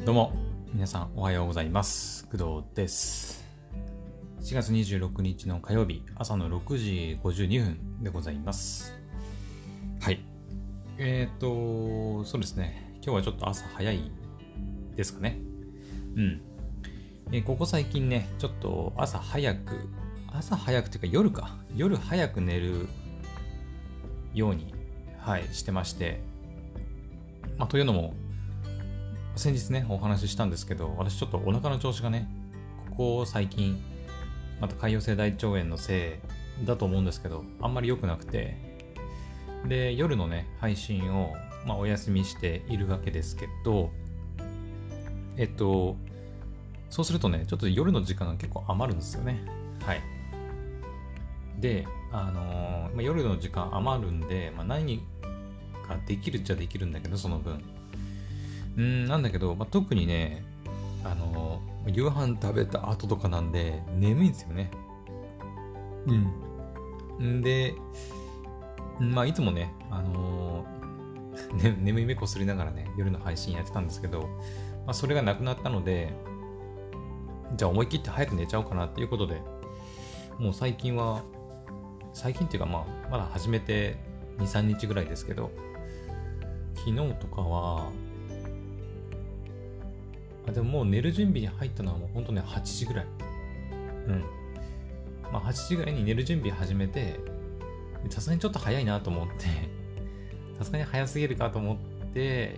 どうも皆さんおはようございます。工藤です。4月26日の火曜日朝の6時52分でございます。はい。そうですね。今日はちょっと朝早いですかね。ここ最近ね、ちょっと朝早くっていうか夜早く寝るように、してまして、というのも、先日ね、お話ししたんですけど、私ちょっとお腹の調子がね、ここ最近、また潰瘍性大腸炎のせいだと思うんですけど、あんまり良くなくて、で、夜のね、配信を、お休みしているわけですけど、そうするとね、ちょっと夜の時間が結構余るんですよね。はい。で、夜の時間余るんで、何かできるっちゃできるんだけど、その分。なんだけど、特にね、夕飯食べた後とかなんで、眠いんですよね。で、いつもね、眠い目こすりながらね、夜の配信やってたんですけど、それがなくなったので、じゃあ思い切って早く寝ちゃおうかなっていうことで、もう最近っていうかまだ始めて2、3日ぐらいですけど、昨日とかは、でももう寝る準備に入ったのはもうほんとね、8時ぐらい。8時ぐらいに寝る準備始めて、さすがにちょっと早いなと思って、さすがに早すぎるかと思って、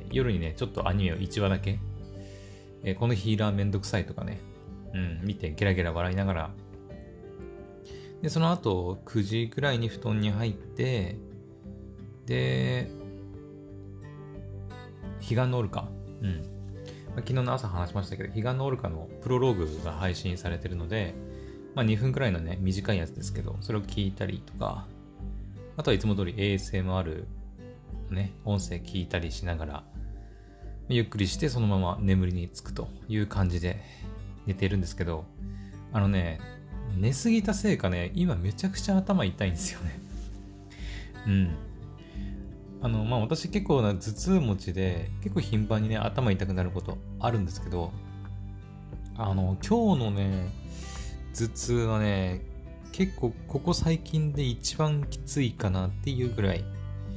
夜にね、ちょっとアニメを1話だけ、このヒーラーめんどくさいとかね、見てゲラゲラ笑いながら、で、その後9時ぐらいに布団に入って、で、彼岸のオルカ、昨日の朝話しましたけど、彼岸のオルカのプロローグが配信されてるので、2分くらいのね、短いやつですけど、それを聞いたりとか、あとはいつも通り ASMR ね、音声聞いたりしながら、ゆっくりしてそのまま眠りにつくという感じで寝てるんですけど、寝すぎたせいかね、今めちゃくちゃ頭痛いんですよね。私結構な頭痛持ちで、結構頻繁にね、頭痛くなることあるんですけど、今日のね、頭痛はね、結構ここ最近で一番きついかなっていうぐらい、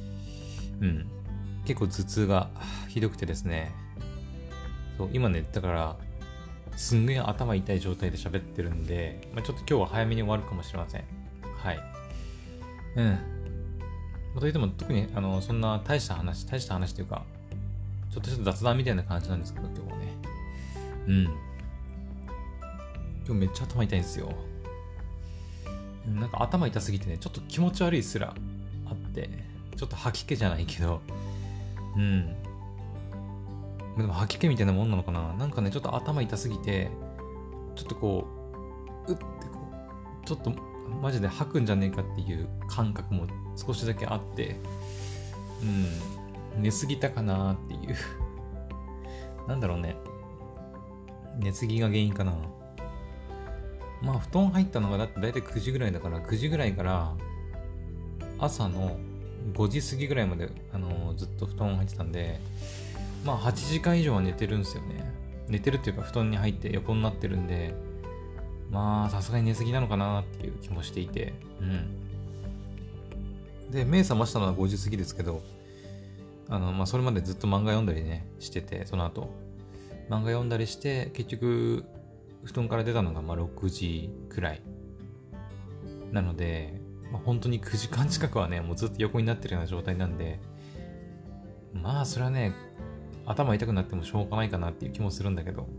結構頭痛がひどくてですね、そう、今ね、だから、すんげえ頭痛い状態で喋ってるんで、ちょっと今日は早めに終わるかもしれません。はい。といっても特にそんな大した話というか、ちょっとした雑談みたいな感じなんですけど、今日はね。今日めっちゃ頭痛いんですよ。なんか頭痛すぎてね、ちょっと気持ち悪いすらあって、ちょっと吐き気じゃないけど、でも吐き気みたいなもんなのかな。なんかね、ちょっと頭痛すぎて、ちょっとこう、ちょっとマジで吐くんじゃねえかっていう感覚も少しだけあって、寝すぎたかなっていうなんだろうね、寝すぎが原因かな。布団入ったのがだいたい9時ぐらいだから、9時ぐらいから朝の5時過ぎぐらいまで、ずっと布団入ってたんで、8時間以上は寝てるんですよね。寝てるっていうか布団に入って横になってるんで、さすがに寝すぎなのかなっていう気もしていて、で、目覚ましたのは5時過ぎですけど、それまでずっと漫画読んだりね、してて、その後、漫画読んだりして、結局、布団から出たのが6時くらい。なので、本当に9時間近くはね、もうずっと横になってるような状態なんで、それはね、頭痛くなってもしょうがないかなっていう気もするんだけど、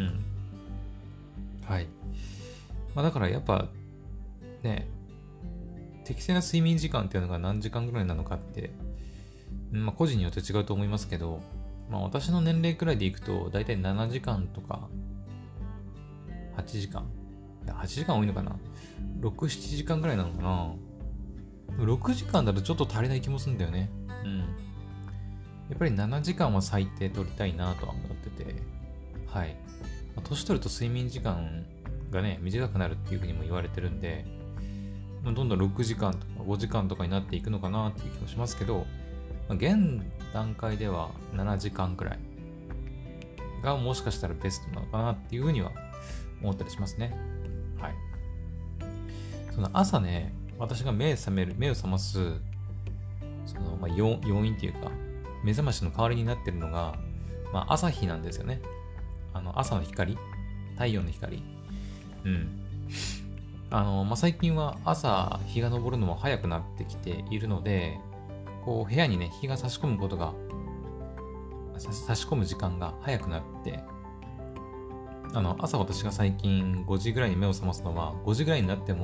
はい。だからやっぱ、ね、適正な睡眠時間っていうのが何時間ぐらいなのかって、個人によって違うと思いますけど、私の年齢くらいでいくと、だいたい7時間とか、8時間。8時間多いのかな ?6、7時間ぐらいなのかな ?6 時間だとちょっと足りない気もするんだよね。やっぱり7時間は最低取りたいなとは思ってて、はい。年取ると睡眠時間がね、短くなるっていうふうにも言われてるんで、どんどん6時間とか5時間とかになっていくのかなっていう気もしますけど、現段階では7時間くらいがもしかしたらベストなのかなっていうふうには思ったりしますね。はい。その朝ね、私が目を覚ます、要因っていうか、目覚ましの代わりになってるのが、朝日なんですよね。朝の光、太陽の光。うん。最近は朝日が昇るのも早くなってきているので、こう部屋にね、日が差し込む時間が早くなって、朝私が最近5時ぐらいに目を覚ますのは、5時ぐらいになって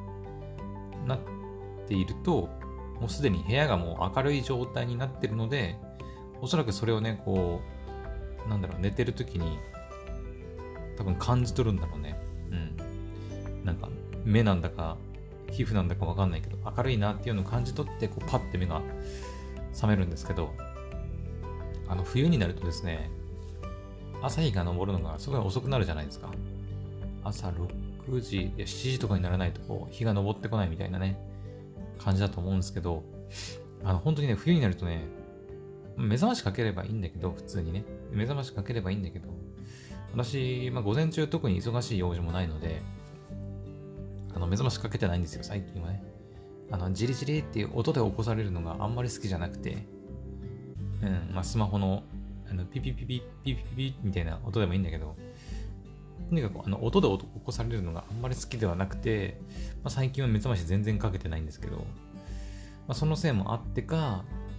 いると、もうすでに部屋がもう明るい状態になってるので、おそらくそれをね、寝てる時に多分感じ取るんだろうね。うん。なんか、目なんだか、皮膚なんだかわかんないけど、明るいなっていうのを感じ取って、パッて目が覚めるんですけど、冬になるとですね、朝日が昇るのがすごい遅くなるじゃないですか。朝6時、7時とかにならないと日が昇ってこないみたいなね、感じだと思うんですけど、本当にね、冬になるとね、目覚ましかければいいんだけど、普通にね、目覚ましかければいいんだけど、私、午前中特に忙しい用事もないので、目覚ましかけてないんですよ、最近はね。ジリジリっていう音で起こされるのがあんまり好きじゃなくて、スマホの、ピピピピピピピみたいな音でもいいんだけど、とにかく音で起こされるのがあんまり好きではなくて、最近は目覚まし全然かけてないんですけど、そのせいもあってか、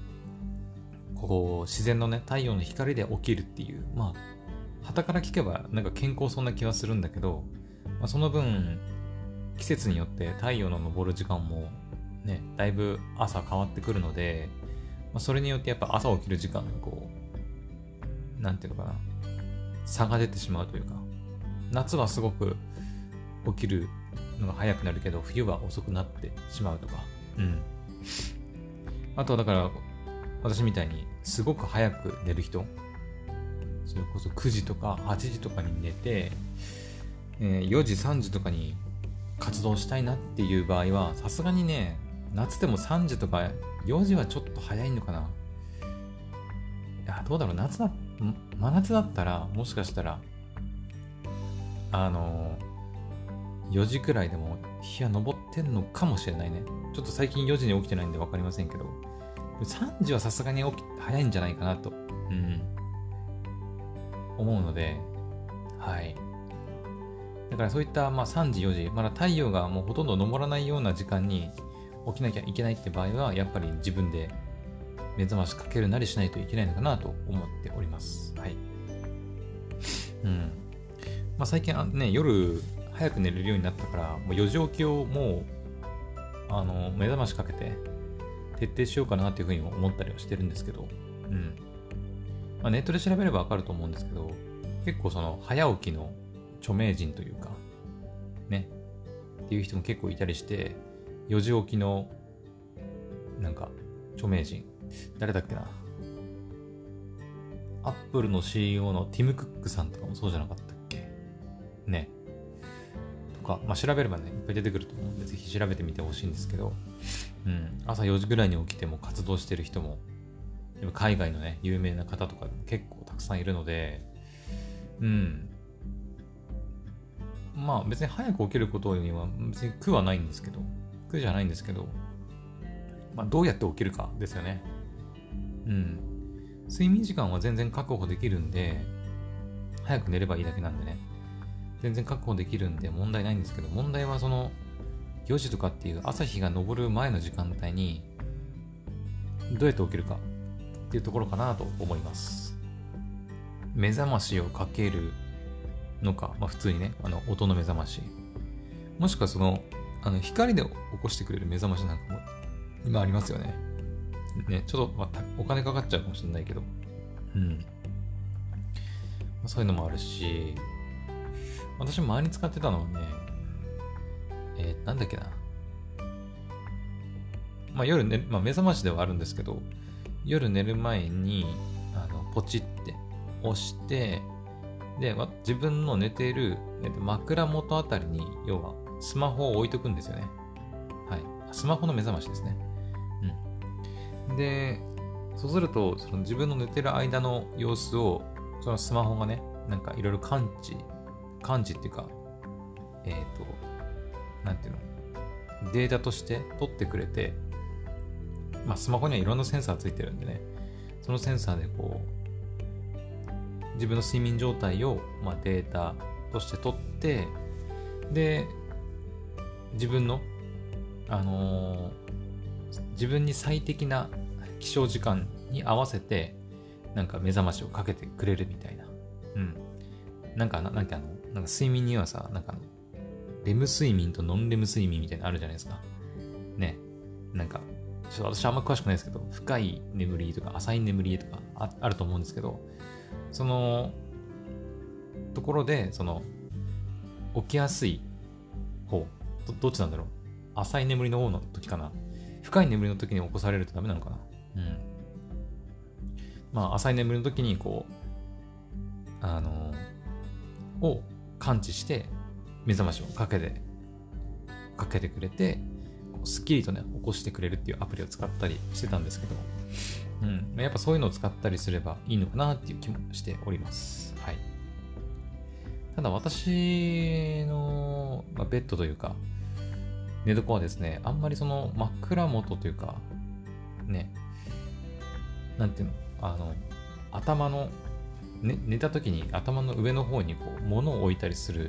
自然のね、太陽の光で起きるっていう、傍から聞けばなんか健康そうな気はするんだけど、その分、季節によって太陽の昇る時間もね、だいぶ朝変わってくるので、それによってやっぱ朝起きる時間がなんていうのかな、差が出てしまうというか、夏はすごく起きるのが早くなるけど、冬は遅くなってしまうとか、あとはだから、私みたいにすごく早く寝る人、それこそ9時とか8時とかに寝て、4時3時とかに活動したいなっていう場合は、さすがにね、夏でも3時とか4時はちょっと早いのかな。いや、どうだろう、真夏だったら、もしかしたら、4時くらいでも日は昇ってんのかもしれないね。ちょっと最近4時に起きてないんで分かりませんけど、3時はさすがに早いんじゃないかなと、思うので、はい。だからそういった3時、4時、まだ太陽がもうほとんど昇らないような時間に起きなきゃいけないって場合は、やっぱり自分で目覚ましかけるなりしないといけないのかなと思っております。はい。最近ね、夜早く寝れるようになったから、もう4時起きをもう、目覚ましかけて徹底しようかなというふうにも思ったりはしてるんですけど、ネットで調べればわかると思うんですけど、結構早起きの著名人というか、ね、っていう人も結構いたりして、4時起きの、著名人、誰だっけな、アップルの CEO のティム・クックさんとかもそうじゃなかったっけね。とか、調べればね、いっぱい出てくると思うんで、ぜひ調べてみてほしいんですけど、朝4時ぐらいに起きても活動してる人も、海外のね、有名な方とか結構たくさんいるので、別に早く起きることには別に苦はないんですけど、苦じゃないんですけど、どうやって起きるかですよね。睡眠時間は全然確保できるんで、早く寝ればいいだけなんでね、全然確保できるんで問題ないんですけど、問題は4時とかっていう朝日が昇る前の時間帯に、どうやって起きるかっていうところかなと思います。目覚ましをかけるのか、普通にね、音の目覚まし。もしくは光で起こしてくれる目覚ましなんかも今ありますよね。ね、ちょっと、お金かかっちゃうかもしれないけど。そういうのもあるし、私も前に使ってたのはね、なんだっけな。夜寝る、目覚ましではあるんですけど、夜寝る前に、ポチって押して、で、自分の寝ている、枕元あたりに、要は、スマホを置いとくんですよね。はい。スマホの目覚ましですね。で、そうすると、自分の寝てる間の様子を、 そのスマホがね、なんかいろいろ感知っていうか、なんていうの、データとして取ってくれて、まあスマホにはいろんなセンサーついてるんでね、そのセンサーでこう、自分の睡眠状態を、まあ、データとして取って、で、自分の、自分に最適な起床時間に合わせて、なんか目覚ましをかけてくれるみたいな。うん。なんか睡眠にはさ、レム睡眠とノンレム睡眠みたいなのあるじゃないですか。ね。なんか、ちょっと私あんま詳しくないですけど、深い眠りとか浅い眠りとかあると思うんですけど、そのところで、起きやすい方、どっちなんだろう。浅い眠りの方の時かな。深い眠りの時に起こされるとダメなのかな。うん。まあ、浅い眠りの時にを感知して、目覚ましをかけてくれて、スッキリとね、起こしてくれるっていうアプリを使ったりしてたんですけど、うん。やっぱそういうのを使ったりすればいいのかなっていう気もしております。はい。ただ私の、ベッドというか、寝床はですね、あんまり枕元というか、ね、なんていうの、頭の、ね、寝た時に頭の上の方に物を置いたりする、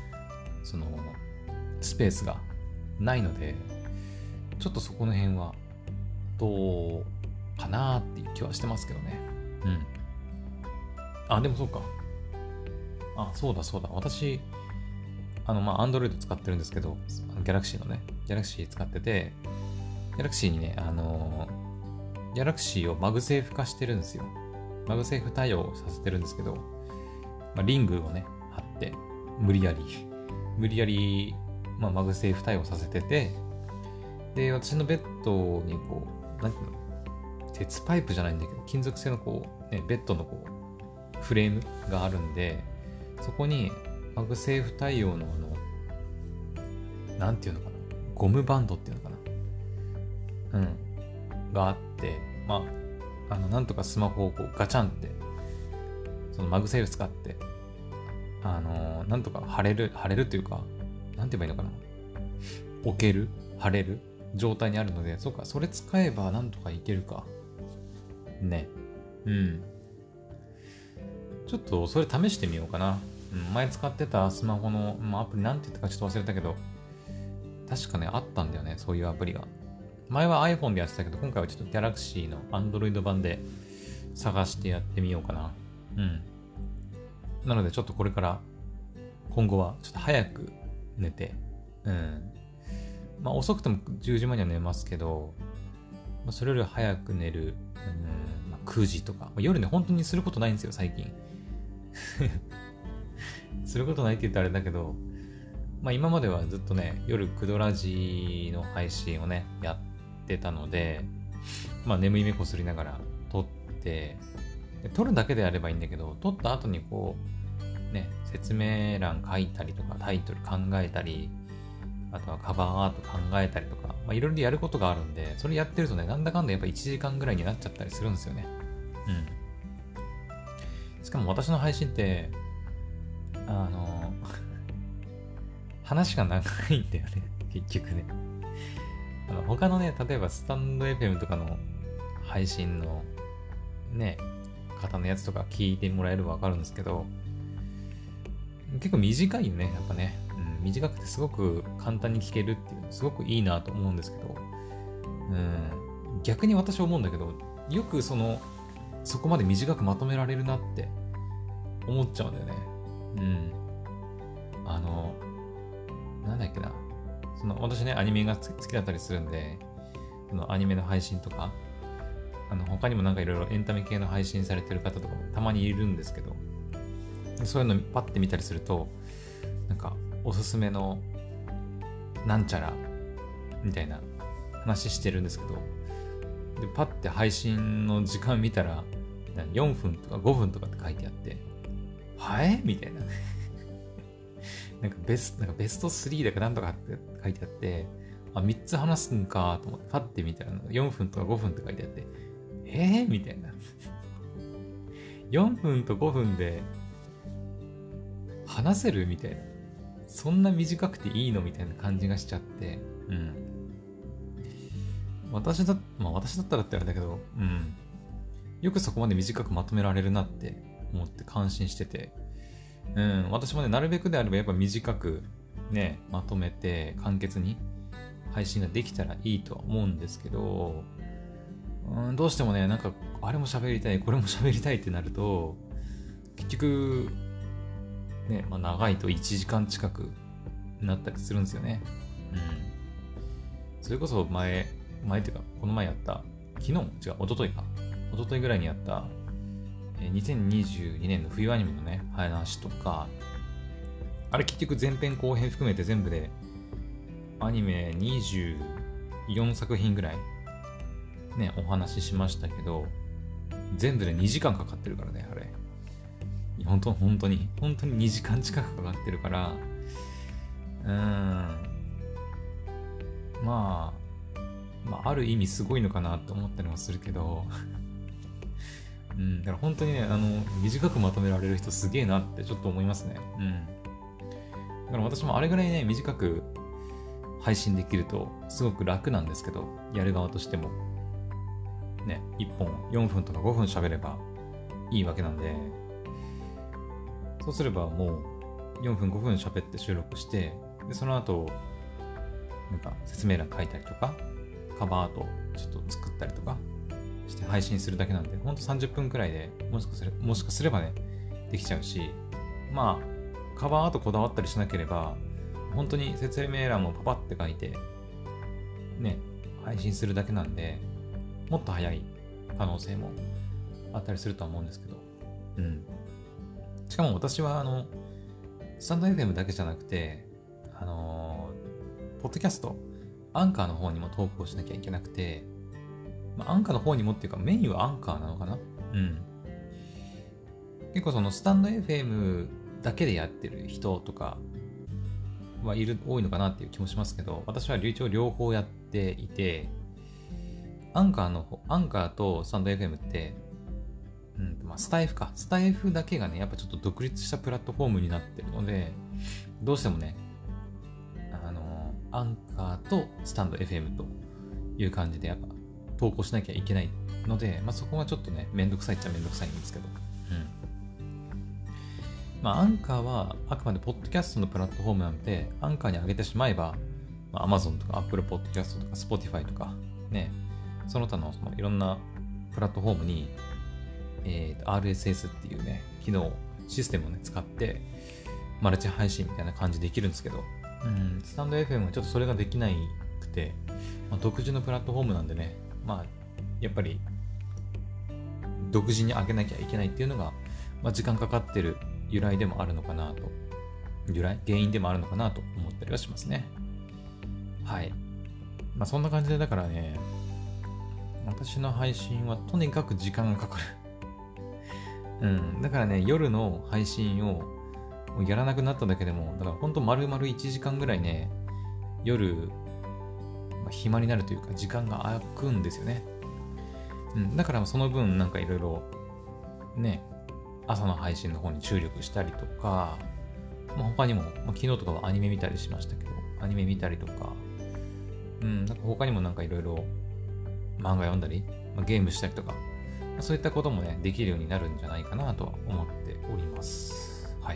スペースがないので、ちょっとそこの辺は、どうかなっていう気はしてますけどね。うん。あ、でもそうか。あ、そうだ。私、Android 使ってるんですけど、Galaxy のね、Galaxy 使ってて、Galaxy にね、Galaxy をマグセーフ化してるんですよ。マグセーフ対応させてるんですけど、リングをね、貼って、無理やり、マグセーフ対応させてて、で、私のベッドになんていうの、鉄パイプじゃないんだけど、金属製のベッドのフレームがあるんで、そこにマグセーフ対応のなんていうのかな、ゴムバンドっていうのかな、があって、なんとかスマホをガチャンって、そのマグセーフ使って、なんとか貼れるというか、なんて言えばいいのかな、置ける、貼れる状態にあるので、そうか、それ使えばなんとかいけるか。ね。うん。ちょっとそれ試してみようかな。前使ってたスマホの、アプリなんて言ったかちょっと忘れたけど、確かね、あったんだよね、そういうアプリが。前は iPhone でやってたけど、今回はちょっと Galaxy の Android 版で探してやってみようかな。なのでちょっとこれから今後はちょっと早く寝て、遅くても10時前には寝ますけど、それより早く寝る、9時とか、夜ね、本当にすることないんですよ、最近。することないって言ったらあれだけど、今まではずっとね、夜クドラジの配信をね、やってたので、眠い目こすりながら撮って、撮るだけであればいいんだけど、撮った後に説明欄書いたりとか、タイトル考えたり、あとはカバーアート考えたりとか、いろいろやることがあるんで、それやってるとね、なんだかんだやっぱ1時間ぐらいになっちゃったりするんですよね。しかも私の配信って、話が長いんだよね、結局ね。他のね、例えばスタンド FM とかの配信のね、方のやつとか聞いてもらえればわかるんですけど、結構短いよね、やっぱね。短くてすごく簡単に聞けるっていうのすごくいいなと思うんですけど、逆に私は思うんだけど、よくそこまで短くまとめられるなって思っちゃうんだよね。なんだっけな。私ね、アニメが好きだったりするんで、アニメの配信とか、他にもなんかいろいろエンタメ系の配信されてる方とかもたまにいるんですけど、そういうのパッて見たりすると、なんか、おすすめのなんちゃらみたいな話してるんですけど、でパッて配信の時間見たら4分とか5分とかって書いてあって、みたいななんかベスト3だかなんとかって書いてあって、3つ話すんかと思ってパッて見たら4分とか5分って書いてあって、みたいな 4分と5分で話せるみたいな。そんな短くていいのみたいな感じがしちゃって。うん。私だったらってあれだけど、うん。よくそこまで短くまとめられるなって思って感心してて。うん。私もね、なるべくであればやっぱ短くね、まとめて簡潔に配信ができたらいいとは思うんですけど、どうしてもね、なんか、あれも喋りたい、これも喋りたいってなると、結局、ね、長いと1時間近くなったりするんですよね。うん。それこそ前っていうか、この前やった、昨日、違う、一昨日ぐらいにやった、2022年の冬アニメのね、話とか、あれ結局前編後編含めて全部で、アニメ24作品ぐらい、ね、お話ししましたけど、全部で2時間かかってるからね、あれ。本当に2時間近くかかってるから、ある意味すごいのかなと思ったりもするけど、だから本当にね、短くまとめられる人すげえなってちょっと思いますね。だから私もあれぐらいね、短く配信できるとすごく楽なんですけど、やる側としても。ね、1本4分とか5分喋ればいいわけなんで、そうすればもう4分5分喋って収録して、でその後なんか説明欄書いたりとかカバーアートちょっと作ったりとかして配信するだけなんで、ほんと30分くらいでもしかすればねできちゃうし、カバーアートこだわったりしなければ本当に説明欄もパパって書いてね配信するだけなんで、もっと早い可能性もあったりするとは思うんですけど、しかも私はスタンド FM だけじゃなくてポッドキャストアンカーの方にも投稿しなきゃいけなくて、アンカーの方にもっていうかメインはアンカーなのかな。結構そのスタンド FM だけでやってる人とか多いのかなっていう気もしますけど、私は流暢両方やっていて、アンカーとスタンド FM って、スタイフだけがね、やっぱちょっと独立したプラットフォームになってるので、どうしてもね、アンカーとスタンド FM という感じでやっぱ投稿しなきゃいけないので、そこはちょっとね、めんどくさいっちゃめんどくさいんですけど、アンカーはあくまでポッドキャストのプラットフォームなので、アンカーに上げてしまえば、Amazon とか Apple Podcast とか Spotify とかね、その他のいろんなプラットフォームに、RSS っていうね、システムをね、使って、マルチ配信みたいな感じできるんですけど、スタンド FM はちょっとそれができなくて、独自のプラットフォームなんでね、やっぱり、独自に上げなきゃいけないっていうのが、時間かかってる由来でもあるのかなと、原因でもあるのかなと思ったりはしますね。はい。そんな感じで、だからね、私の配信はとにかく時間がかかる。だからね、夜の配信をやらなくなっただけでも、だからほんと丸々1時間ぐらいね、夜、暇になるというか、時間が空くんですよね。だからその分なんかいろいろ、ね、朝の配信の方に注力したりとか、他にも、昨日とかはアニメ見たりしましたけど、アニメ見たりとか、なんか他にもなんかいろいろ漫画読んだり、ゲームしたりとか、そういったこともね、できるようになるんじゃないかなとは思っております。はい。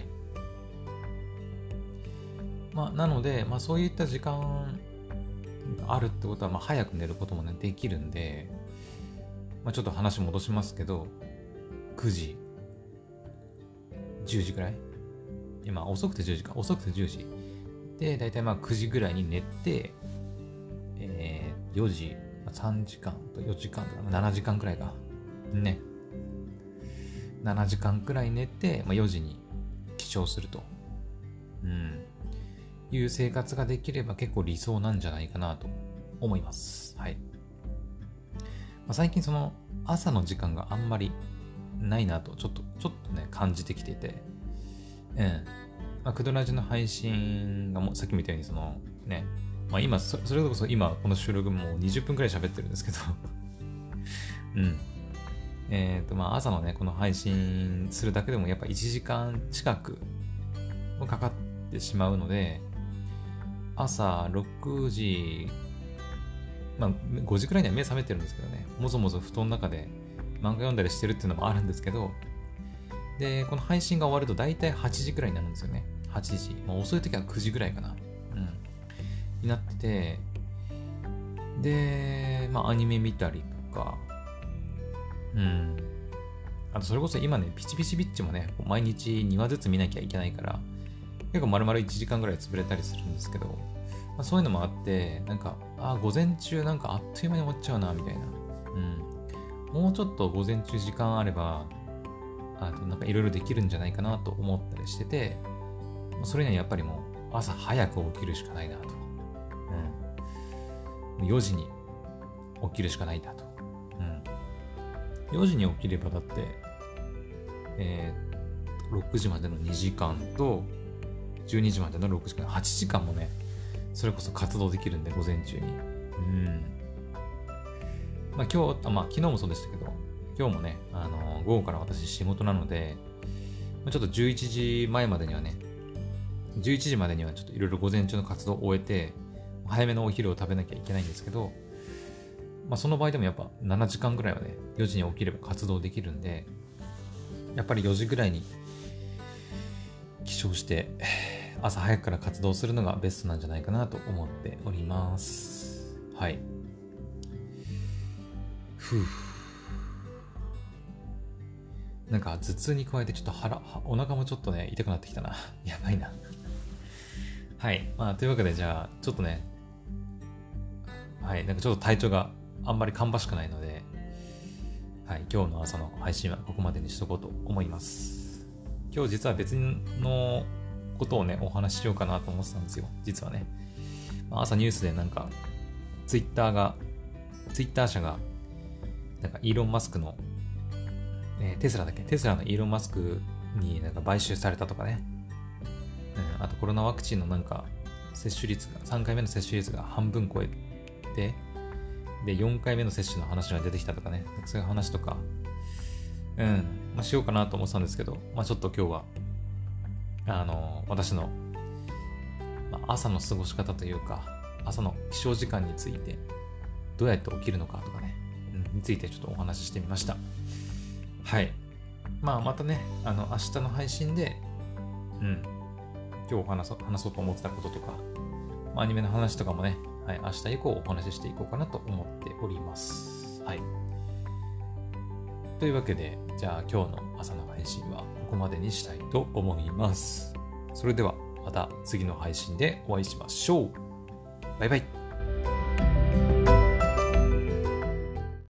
なので、そういった時間があるってことは、早く寝ることもね、できるんで、ちょっと話戻しますけど、9時、10時くらい遅くて10時か。遅くて10時。で、だいたい9時ぐらいに寝て、4時、3時間と4時間とか7時間くらいか。ね。7時間くらい寝て、4時に起床すると。いう生活ができれば結構理想なんじゃないかなと思います。はい。最近その朝の時間があんまりないなとちょっとね感じてきてて、クドラジの配信がさっきみたいにそのね、今それこそ今この収録もう20分くらい喋ってるんですけど朝のね、この配信するだけでもやっぱ1時間近くかかってしまうので、朝6時、5時くらいには目覚めてるんですけどね、もぞもぞ布団の中で漫画読んだりしてるっていうのもあるんですけど、で、この配信が終わると大体8時くらいになるんですよね。8時。遅い時は9時くらいかな。になってて、で、アニメ見たりとか、あとそれこそ今ね、ピチピチビッチもね、毎日2話ずつ見なきゃいけないから、結構丸々1時間ぐらい潰れたりするんですけど、そういうのもあって、午前中あっという間に終わっちゃうな、みたいな。もうちょっと午前中時間あれば、いろいろできるんじゃないかなと思ったりしてて、それにはやっぱりもう朝早く起きるしかないなと。4時に起きるしかないんだと。4時に起きればだって、6時までの2時間と12時までの6時間、8時間もね、それこそ活動できるんで、午前中に。今日、昨日もそうでしたけど、今日もね、午後から私仕事なので、ちょっと11時前までにはね、11時までにはちょっといろいろ午前中の活動を終えて、早めのお昼を食べなきゃいけないんですけど、その場合でもやっぱ7時間ぐらいはね、4時に起きれば活動できるんで、やっぱり4時ぐらいに起床して、朝早くから活動するのがベストなんじゃないかなと思っております。はい。頭痛に加えてちょっとお腹もちょっとね、痛くなってきたな。やばいな。はい。というわけでじゃあ、ちょっとね、はい。ちょっと体調があんまり芳しくないので、はい。今日の朝の配信はここまでにしとこうと思います。今日実は別のことをね、お話ししようかなと思ってたんですよ。実はね。朝ニュースでツイッター社が、イーロン・マスクの、テスラのイーロン・マスクに買収されたとかね。あとコロナワクチンの接種率が、3回目の接種率が半分超えて、で、4回目の接種の話が出てきたとかね。そういう話とか、しようかなと思ってたんですけど、ちょっと今日は、私の、朝の過ごし方というか、朝の起床時間について、どうやって起きるのかとかね、についてちょっとお話ししてみました。はい。またね、明日の配信で、今日話そうと思ってたこととか、アニメの話とかもね、はい、明日以降お話ししていこうかなと思っております。はい。というわけで、じゃあ今日の朝の配信はここまでにしたいと思います。それではまた次の配信でお会いしましょう。バイバイ。